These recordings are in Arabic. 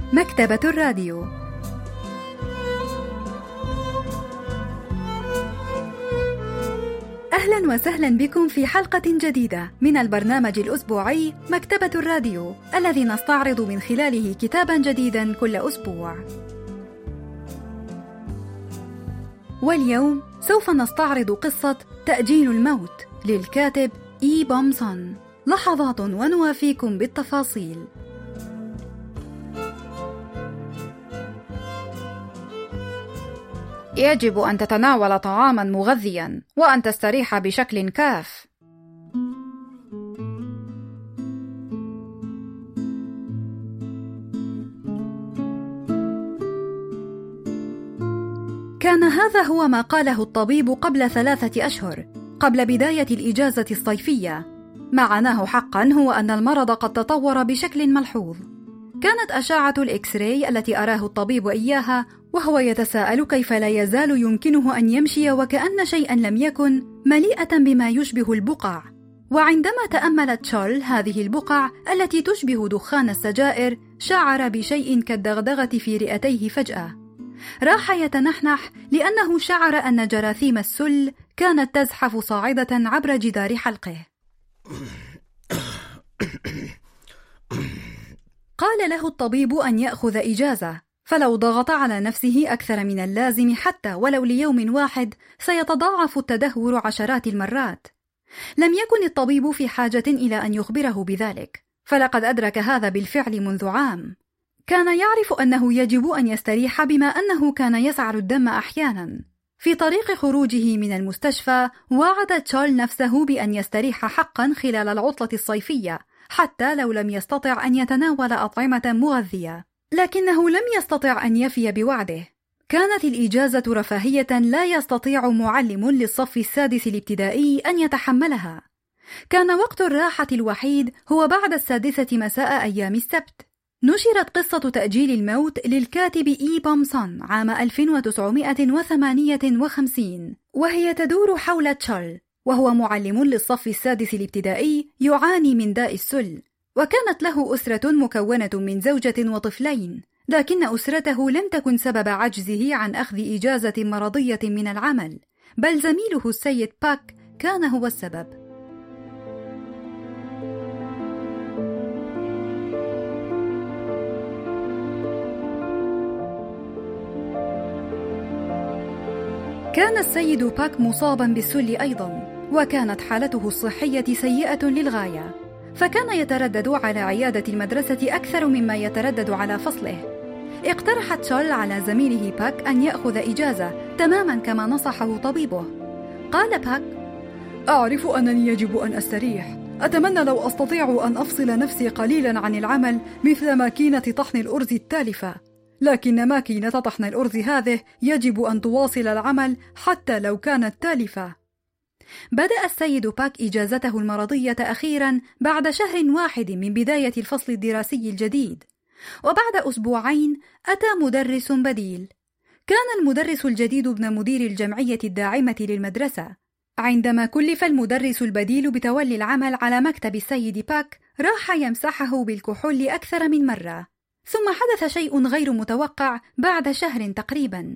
مكتبة الراديو. أهلا وسهلا بكم في حلقة جديدة من البرنامج الأسبوعي مكتبة الراديو، الذي نستعرض من خلاله كتابا جديدا كل أسبوع. واليوم سوف نستعرض قصة تأجيل الموت للكاتب إي بوم سون. لحظات ونوافيكم بالتفاصيل. يجب أن تتناول طعاما مغذيا وأن تستريح بشكل كاف. كان هذا هو ما قاله الطبيب قبل 3 أشهر، قبل بداية الإجازة الصيفية. معناه حقا هو أن المرض قد تطور بشكل ملحوظ. كانت أشعة الإكس راي التي أراه الطبيب إياها وهو يتساءل كيف لا يزال يمكنه أن يمشي وكأن شيئا لم يكن، مليئة بما يشبه البقع. وعندما تأمل تشارل هذه البقع التي تشبه دخان السجائر، شعر بشيء كالدغدغة في رئتيه فجأة. راح يتنحنح لأنه شعر أن جراثيم السل كانت تزحف صاعدة عبر جدار حلقه. قال له الطبيب أن يأخذ إجازة، فلو ضغط على نفسه أكثر من اللازم حتى ولو ليوم واحد سيتضاعف التدهور عشرات المرات. لم يكن الطبيب في حاجة إلى أن يخبره بذلك، فلقد أدرك هذا بالفعل منذ عام. كان يعرف أنه يجب أن يستريح بما أنه كان يسعر الدم أحيانا. في طريق خروجه من المستشفى وعد تشارل نفسه بأن يستريح حقا خلال العطلة الصيفية، حتى لو لم يستطع أن يتناول أطعمة مغذية. لكنه لم يستطع أن يفي بوعده. كانت الإجازة رفاهية لا يستطيع معلم للصف السادس الابتدائي أن يتحملها. كان وقت الراحة الوحيد هو بعد 6 مساء أيام السبت. نشرت قصة تأجيل الموت للكاتب إي بوم سون عام 1958، وهي تدور حول تشارل، وهو معلم للصف السادس الابتدائي يعاني من داء السل. وكانت له أسرة مكونة من زوجة وطفلين، لكن أسرته لم تكن سبب عجزه عن أخذ إجازة مرضية من العمل، بل زميله السيد باك كان هو السبب. كان السيد باك مصابا بالسل أيضا، وكانت حالته الصحية سيئة للغاية، فكان يتردد على عيادة المدرسة أكثر مما يتردد على فصله. اقترح تشارل على زميله باك أن يأخذ إجازة تماما كما نصحه طبيبه. قال باك: أعرف أنني يجب أن أستريح. أتمنى لو أستطيع أن أفصل نفسي قليلا عن العمل مثل ماكينة طحن الأرز التالفة، لكن ماكينة طحن الأرز هذه يجب أن تواصل العمل حتى لو كانت تالفة. بدأ السيد باك إجازته المرضية أخيرا بعد 1 شهر من بداية الفصل الدراسي الجديد، وبعد 2 أسبوع أتى مدرس بديل. كان المدرس الجديد ابن مدير الجمعية الداعمة للمدرسة. عندما كلف المدرس البديل بتولي العمل على مكتب السيد باك، راح يمسحه بالكحول أكثر من مرة. ثم حدث شيء غير متوقع بعد 1 شهر تقريبا.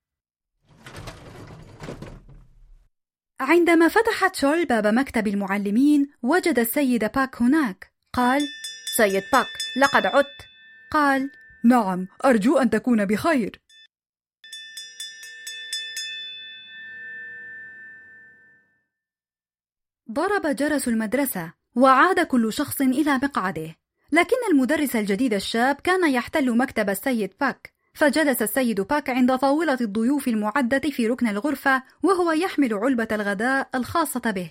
عندما فتح تشارل باب مكتب المعلمين وجد السيد باك هناك. قال: سيد باك، لقد عدت. قال: نعم، أرجو أن تكون بخير. ضرب جرس المدرسة وعاد كل شخص إلى مقعده، لكن المدرس الجديد الشاب كان يحتل مكتب السيد باك. فجلس السيد باك عند طاولة الضيوف المعدة في ركن الغرفة وهو يحمل علبة الغداء الخاصة به.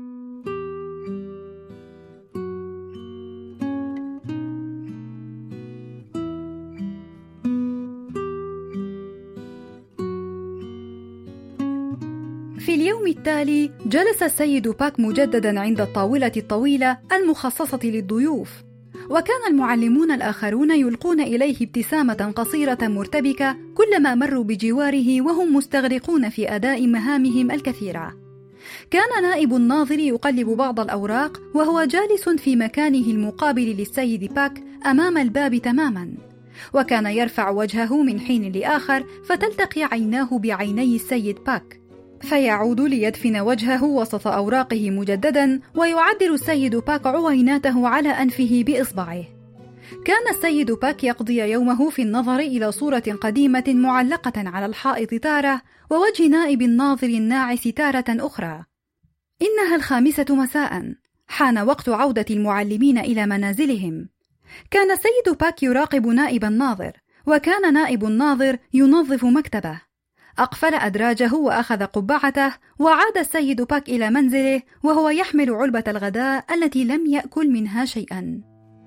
في اليوم التالي جلس السيد باك مجددا عند الطاولة الطويلة المخصصة للضيوف، وكان المعلمون الآخرون يلقون إليه ابتسامة قصيرة مرتبكة كلما مروا بجواره وهم مستغرقون في أداء مهامهم الكثيرة. كان نائب الناظر يقلب بعض الأوراق وهو جالس في مكانه المقابل للسيد باك أمام الباب تماما. وكان يرفع وجهه من حين لآخر فتلتقي عيناه بعيني السيد باك، فيعود ليدفن وجهه وسط أوراقه مجددا، ويعدل السيد باك عويناته على أنفه بإصبعه. كان السيد باك يقضي يومه في النظر إلى صورة قديمة معلقة على الحائط تارة، ووجه نائب الناظر الناعس تارة أخرى. إنها 5 مساء، حان وقت عودة المعلمين إلى منازلهم. كان السيد باك يراقب نائب الناظر، وكان نائب الناظر ينظف مكتبه. أقفل أدراجه وأخذ قبعته، وعاد السيد باك إلى منزله وهو يحمل علبة الغداء التي لم يأكل منها شيئا.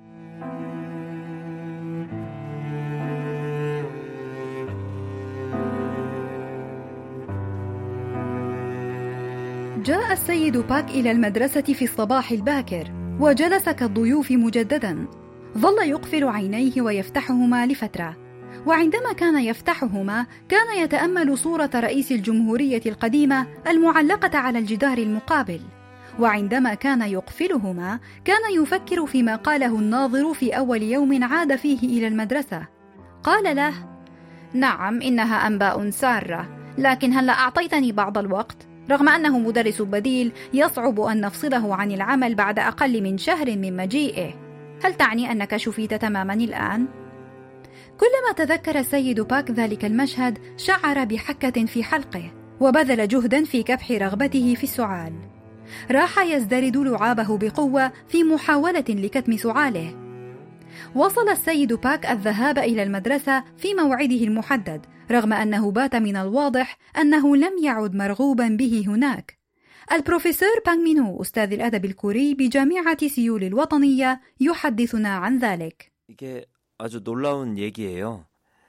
جاء السيد باك إلى المدرسة في الصباح الباكر، وجلس كالضيوف مجددا. ظل يقفل عينيه ويفتحهما لفترة، وعندما كان يفتحهما كان يتأمل صورة رئيس الجمهورية القديمة المعلقة على الجدار المقابل، وعندما كان يقفلهما كان يفكر فيما قاله الناظر في أول يوم عاد فيه إلى المدرسة. قال له: نعم، إنها أنباء سارة، لكن هل أعطيتني بعض الوقت؟ رغم أنه مدرس بديل يصعب أن نفصله عن العمل بعد أقل من شهر من مجيئه. هل تعني أنك شفيت تماما الآن؟ كلما تذكر السيد باك ذلك المشهد شعر بحكة في حلقه، وبذل جهدا في كبح رغبته في السعال. راح يزدرد لعابه بقوة في محاولة لكتم سعاله. وصل السيد باك الذهاب إلى المدرسة في موعده المحدد، رغم أنه بات من الواضح أنه لم يعد مرغوبا به هناك. البروفيسور بانغ مينو أستاذ الأدب الكوري بجامعة سيول الوطنية يحدثنا عن ذلك. 이게 아주 놀라운 얘기예요.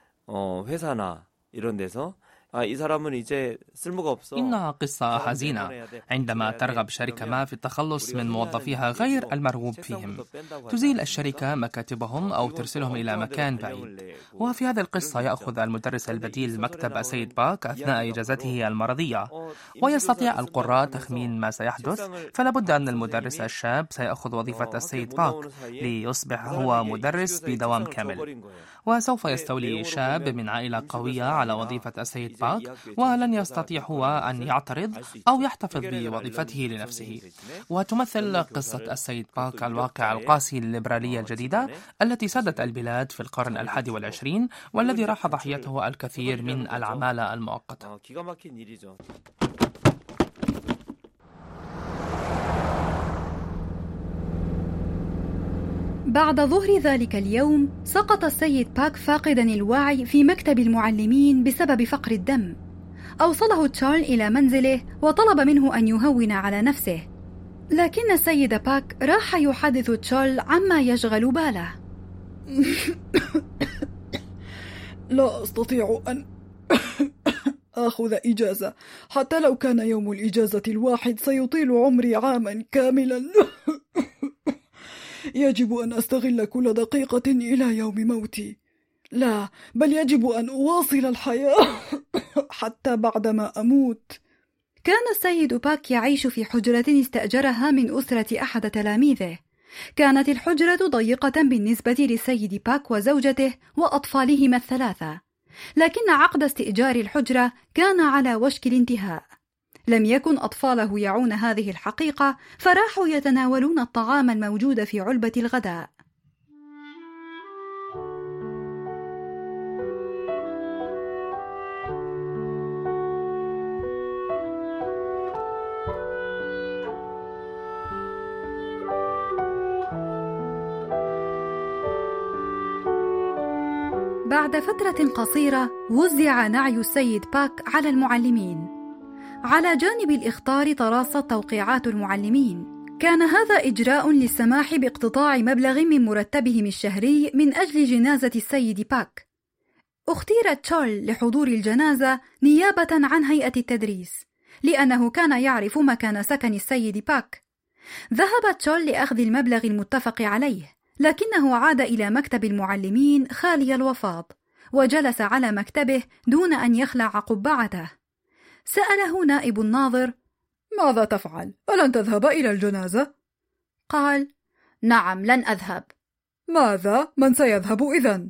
회사나 이런 데서 이 사람은 이제 쓸모가 없어. إنها قصة حزينة. عندما ترغب شركة ما في التخلص من موظفيها غير المرغوب فيهم، تزيل الشركة مكاتبهم أو ترسلهم إلى مكان بعيد. وفي هذه القصة يأخذ المدرس البديل مكتب السيد باك أثناء إجازته المرضية، ويستطيع القراء تخمين ما سيحدث. فلا بد أن المدرس الشاب سيأخذ وظيفة السيد باك ليصبح هو مدرس بدوام كامل، وسوف يستولي شاب من عائلة قوية على وظيفة السيد باك، ولن يستطيع هو أن يعترض أو يحتفظ بوظيفته لنفسه. وتمثل قصة السيد باك الواقع القاسي للليبرالية الجديدة التي سادت البلاد في القرن 21، والذي راح ضحيته الكثير من العمالة المؤقتة. بعد ظهر ذلك اليوم سقط السيد باك فاقدا الوعي في مكتب المعلمين بسبب فقر الدم. أوصله تشارل إلى منزله وطلب منه أن يهون على نفسه، لكن السيد باك راح يحدث تشارل عما يشغل باله. لا أستطيع أن أخذ إجازة، حتى لو كان يوم الإجازة الواحد سيطيل عمري عاما كاملا. يجب أن أستغل كل دقيقة إلى يوم موتي. لا، بل يجب أن أواصل الحياة حتى بعدما أموت. كان السيد باك يعيش في حجرة استأجرها من أسرة أحد تلاميذه. كانت الحجرة ضيقة بالنسبة للسيد باك وزوجته وأطفالهما 3، لكن عقد استئجار الحجرة كان على وشك الانتهاء. لم يكن أطفاله يعون هذه الحقيقة، فراحوا يتناولون الطعام الموجود في علبة الغداء. بعد فترة قصيرة وزع نعي السيد باك على المعلمين. على جانب الإخطار تراصت توقيعات المعلمين. كان هذا إجراء للسماح باقتطاع مبلغ من مرتبهم الشهري من أجل جنازة السيد باك. اختير تشارل لحضور الجنازة نيابة عن هيئة التدريس، لأنه كان يعرف مكان سكن السيد باك. ذهب تشارل لأخذ المبلغ المتفق عليه، لكنه عاد إلى مكتب المعلمين خالي الوفاض، وجلس على مكتبه دون أن يخلع قبعته. سأله نائب الناظر: ماذا تفعل؟ ألن تذهب إلى الجنازة؟ قال: نعم، لن أذهب. ماذا؟ من سيذهب إذن؟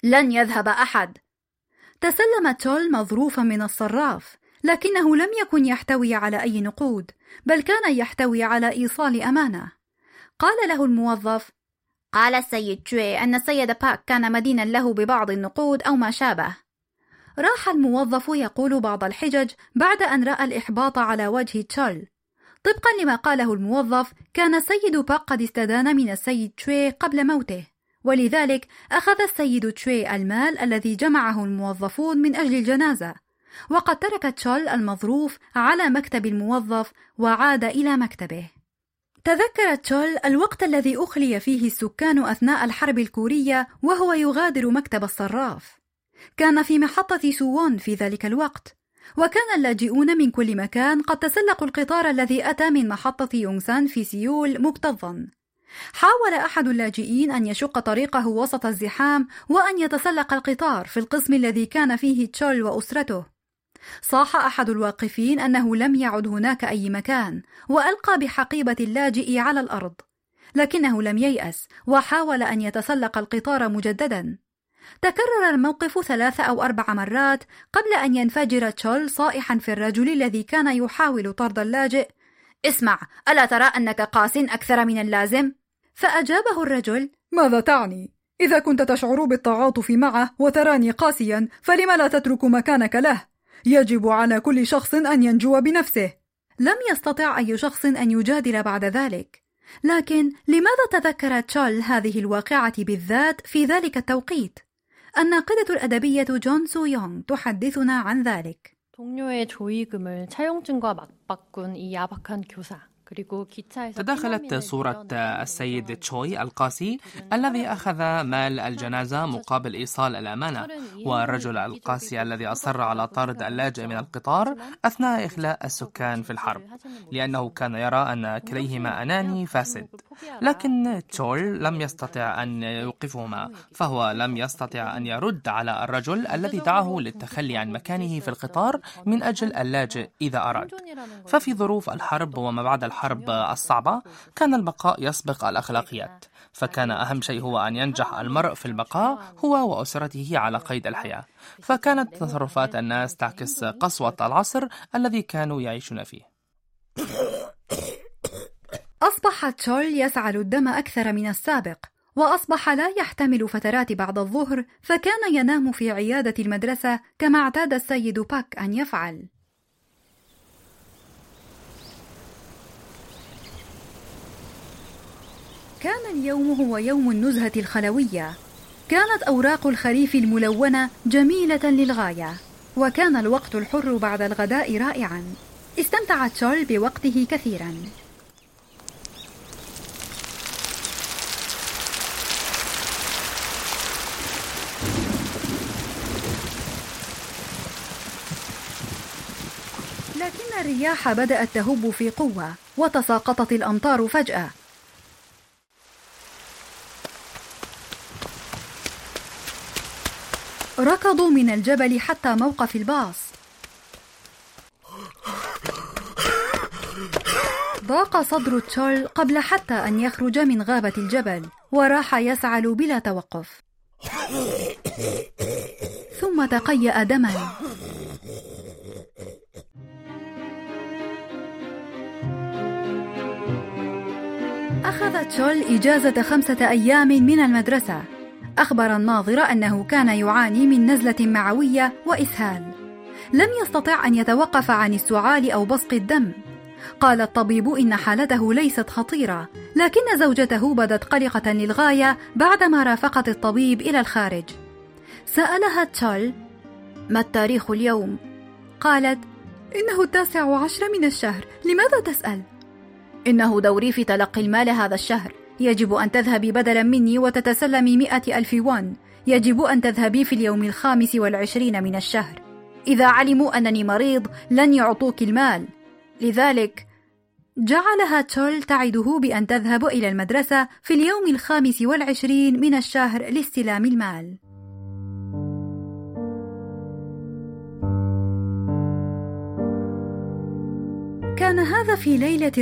لن يذهب أحد. تسلم تشول مظروفا من الصراف، لكنه لم يكن يحتوي على أي نقود، بل كان يحتوي على إيصال أمانة. قال له الموظف: قال السيد تشوي أن السيد باك كان مدينا له ببعض النقود أو ما شابه. راح الموظف يقول بعض الحجج بعد أن رأى الإحباط على وجه تشول. طبقا لما قاله الموظف، كان السيد باك قد استدان من السيد تشوي قبل موته، ولذلك أخذ السيد تشوي المال الذي جمعه الموظفون من أجل الجنازة، وقد ترك تشول المظروف على مكتب الموظف وعاد إلى مكتبه. تذكر تشول الوقت الذي أخلي فيه السكان أثناء الحرب الكورية وهو يغادر مكتب الصراف. كان في محطة سوون في ذلك الوقت، وكان اللاجئون من كل مكان قد تسلقوا القطار الذي أتى من محطة يونغسان في سيول مكتظا. حاول أحد اللاجئين أن يشق طريقه وسط الزحام وأن يتسلق القطار في القسم الذي كان فيه تشول وأسرته. صاح أحد الواقفين أنه لم يعد هناك أي مكان، وألقى بحقيبة اللاجئ على الأرض، لكنه لم ييأس وحاول أن يتسلق القطار مجددا. تكرر الموقف 3 أو 4 مرات قبل أن ينفجر تشول صائحا في الرجل الذي كان يحاول طرد اللاجئ: اسمع، ألا ترى أنك قاس أكثر من اللازم؟ فأجابه الرجل: ماذا تعني؟ إذا كنت تشعر بالتعاطف معه وتراني قاسيا، فلم لا تترك مكانك له؟ يجب على كل شخص أن ينجو بنفسه. لم يستطع أي شخص أن يجادل بعد ذلك، لكن لماذا تذكر تشول هذه الواقعة بالذات في ذلك التوقيت؟ الناقدة الأدبية جون سو يونغ تحدثنا عن ذلك. 동료의 조의금을 차용증과 맞바꾼 이 야박한 교사. تداخلت صورة السيد تشوي القاسي الذي أخذ مال الجنازة مقابل إيصال الأمانة، والرجل القاسي الذي أصر على طرد اللاجئ من القطار أثناء إخلاء السكان في الحرب، لأنه كان يرى أن كليهما أناني فاسد. لكن تشول لم يستطع أن يوقفهما، فهو لم يستطع أن يرد على الرجل الذي دعاه للتخلي عن مكانه في القطار من أجل اللاجئ إذا أراد. ففي ظروف الحرب وما بعد الحرب الصعبة كان البقاء يسبق الأخلاقيات، فكان أهم شيء هو أن ينجح المرء في البقاء هو وأسرته على قيد الحياة. فكانت تصرفات الناس تعكس قسوة العصر الذي كانوا يعيشون فيه. أصبح تشول يسعل الدم أكثر من السابق، وأصبح لا يحتمل فترات بعد الظهر، فكان ينام في عيادة المدرسة كما اعتاد السيد باك أن يفعل. كان اليوم هو يوم النزهة الخلوية. كانت أوراق الخريف الملونة جميلة للغاية، وكان الوقت الحر بعد الغداء رائعا. استمتع تشول بوقته كثيرا. لكن الرياح بدأت تهب في قوة، وتساقطت الأمطار فجأة. ركضوا من الجبل حتى موقف الباص. ضاق صدر تشول قبل حتى أن يخرج من غابة الجبل، وراح يسعل بلا توقف، ثم تقيأ دما. أخذ تشول إجازة 5 أيام من المدرسة. أخبر الناظر أنه كان يعاني من نزلة معوية وإسهال. لم يستطع أن يتوقف عن السعال أو بصق الدم. قال الطبيب إن حالته ليست خطيرة، لكن زوجته بدت قلقة للغاية بعدما رافقت الطبيب إلى الخارج. سألها تشول: ما التاريخ اليوم؟ قالت: إنه 19 من الشهر. لماذا تسأل؟ إنه دوري في تلقي المال هذا الشهر. يجب أن تذهبي بدلا مني وتتسلمي 100,000 وون. يجب أن تذهبي في اليوم 25 من الشهر. إذا علموا أنني مريض لن يعطوك المال. لذلك جعلها تشول تعده بأن تذهب إلى المدرسة في اليوم 25 من الشهر لاستلام المال. كان هذا في ليلة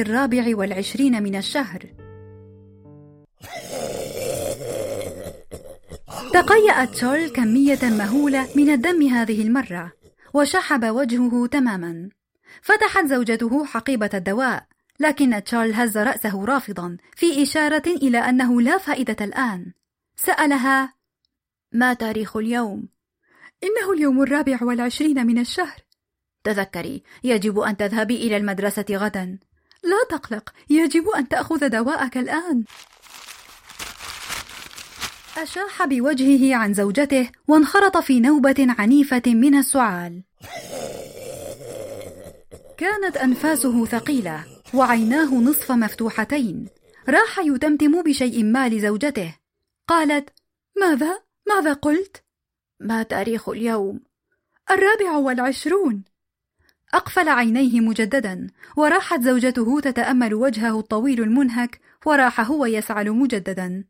24 من الشهر. تقيأ تشول كمية مهولة من الدم هذه المرة، وشحب وجهه تماما. فتحت زوجته حقيبة الدواء، لكن تشول هز رأسه رافضا في إشارة إلى أنه لا فائدة الآن. سألها: ما تاريخ اليوم؟ إنه اليوم 24 من الشهر. تذكري، يجب أن تذهبي إلى المدرسة غدا. لا تقلق، يجب أن تأخذ دواءك الآن. أشاح بوجهه عن زوجته وانخرط في نوبة عنيفة من السعال. كانت أنفاسه ثقيلة وعيناه نصف مفتوحتين. راح يتمتم بشيء ما لزوجته. قالت: ماذا قلت؟ ما تاريخ اليوم؟ 24. أقفل عينيه مجددا، وراحت زوجته تتأمل وجهه الطويل المنهك، وراح هو يسعل مجددا.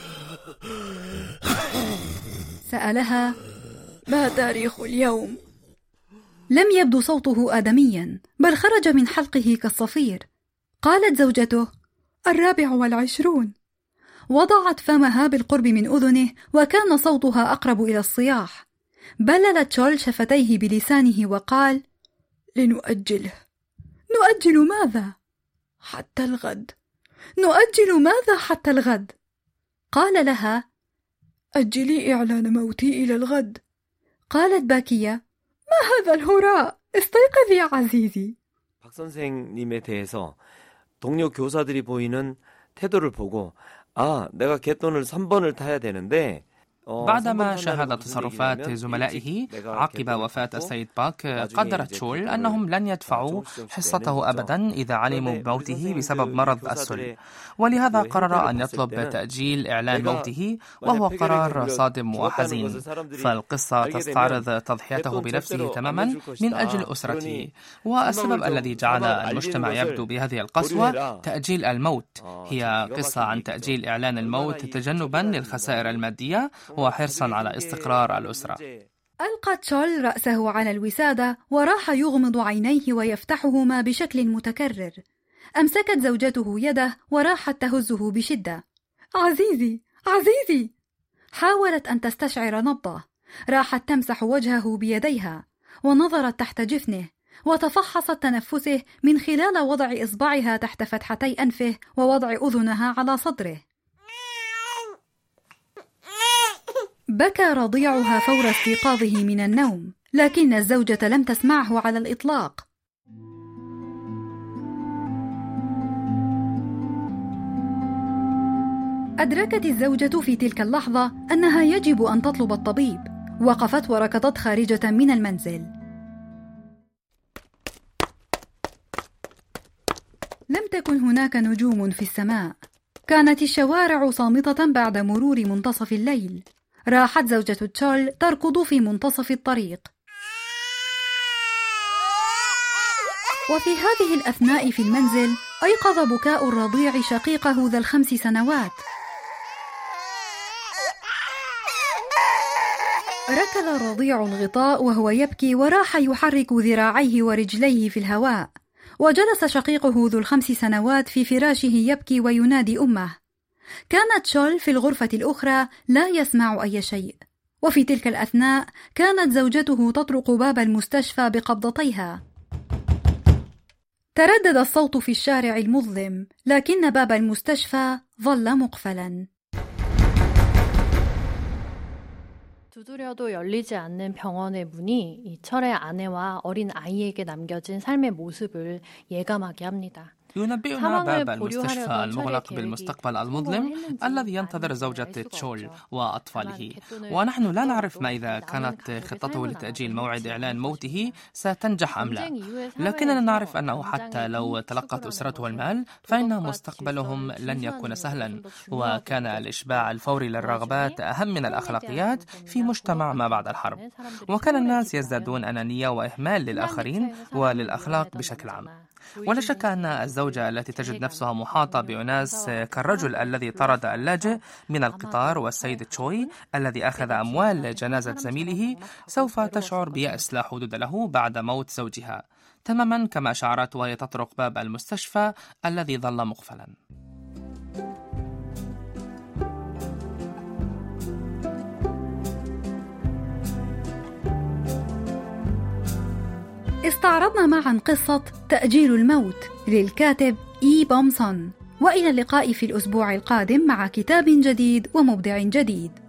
سألها: ما تاريخ اليوم؟ لم يبدو صوته آدميا، بل خرج من حلقه كالصفير. قالت زوجته: 24. وضعت فمها بالقرب من أذنه، وكان صوتها أقرب إلى الصياح. بلل تشول شفتيه بلسانه وقال: لنؤجله. نؤجل ماذا؟ حتى الغد. نؤجل ماذا حتى الغد؟ قال لها: أجلي إعلان موتي إلى الغد. قالت باكية: ما هذا الهراء؟ استيقظ يا عزيزي. 박 선생님에 대해서 동료 교사들이 보이는 태도를 보고 내가 개돈을 3번을 타야 되는데 بعدما شاهد تصرفات زملائه عقب وفاة السيد باك، قدر تشول أنهم لن يدفعوا حصته أبدا إذا علموا بموته بسبب مرض السل، ولهذا قرر أن يطلب تأجيل إعلان موته، وهو قرار صادم وحزين. فالقصة تستعرض تضحيته بنفسه تماما من أجل أسرته، والسبب الذي جعل المجتمع يبدو بهذه القسوة تأجيل الموت. هي قصة عن تأجيل إعلان الموت تجنبا للخسائر المادية وحرصا على استقرار الأسرة. ألقى تشول رأسه على الوسادة، وراح يغمض عينيه ويفتحهما بشكل متكرر. أمسكت زوجته يده وراحت تهزه بشدة. عزيزي. حاولت أن تستشعر نبضه. راحت تمسح وجهه بيديها، ونظرت تحت جفنه، وتفحصت تنفسه من خلال وضع إصبعها تحت فتحتي أنفه ووضع أذنها على صدره. بكى رضيعها فور استيقاظه من النوم، لكن الزوجة لم تسمعه على الإطلاق. أدركت الزوجة في تلك اللحظة أنها يجب أن تطلب الطبيب. وقفت وركضت خارجة من المنزل. لم تكن هناك نجوم في السماء. كانت الشوارع صامتة بعد مرور منتصف الليل. راحت زوجة تشول تركض في منتصف الطريق. وفي هذه الأثناء في المنزل أيقظ بكاء الرضيع شقيقه ذا ال5 سنوات. ركل الرضيع الغطاء وهو يبكي، وراح يحرك ذراعيه ورجليه في الهواء. وجلس شقيقه ذو ال5 سنوات في فراشه يبكي وينادي أمه. كانت تشول في الغرفة الأخرى لا يسمع أي شيء. وفي تلك الأثناء كانت زوجته تطرق باب المستشفى بقبضتيها. تردد الصوت في الشارع المظلم، لكن باب المستشفى ظل مقفلا. 두드려도 열리지 않는 병원의 문이 이 철의 아내와 어린 아이에게 남겨진 삶의 모습을 예감하게 합니다. ينبئنا باب المستشفى المغلق بالمستقبل المظلم الذي ينتظر زوجة تشول وأطفاله، ونحن لا نعرف ما إذا كانت خطته لتأجيل موعد إعلان موته ستنجح أم لا، لكننا نعرف أنه حتى لو تلقت أسرته المال فإن مستقبلهم لن يكون سهلا. وكان الإشباع الفوري للرغبات أهم من الأخلاقيات في مجتمع ما بعد الحرب، وكان الناس يزدادون أنانية وإهمال للآخرين وللأخلاق بشكل عام. ولا شك أن الزوجة التي تجد نفسها محاطة بأناس كالرجل الذي طرد اللاجئ من القطار والسيد تشوي الذي أخذ أموال جنازة زميله سوف تشعر بيأس لا حدود له بعد موت زوجها، تماما كما شعرت وهي تطرق باب المستشفى الذي ظل مقفلا. استعرضنا معا قصة تأجيل الموت للكاتب إي بومسون، وإلى اللقاء في الأسبوع القادم مع كتاب جديد ومبدع جديد.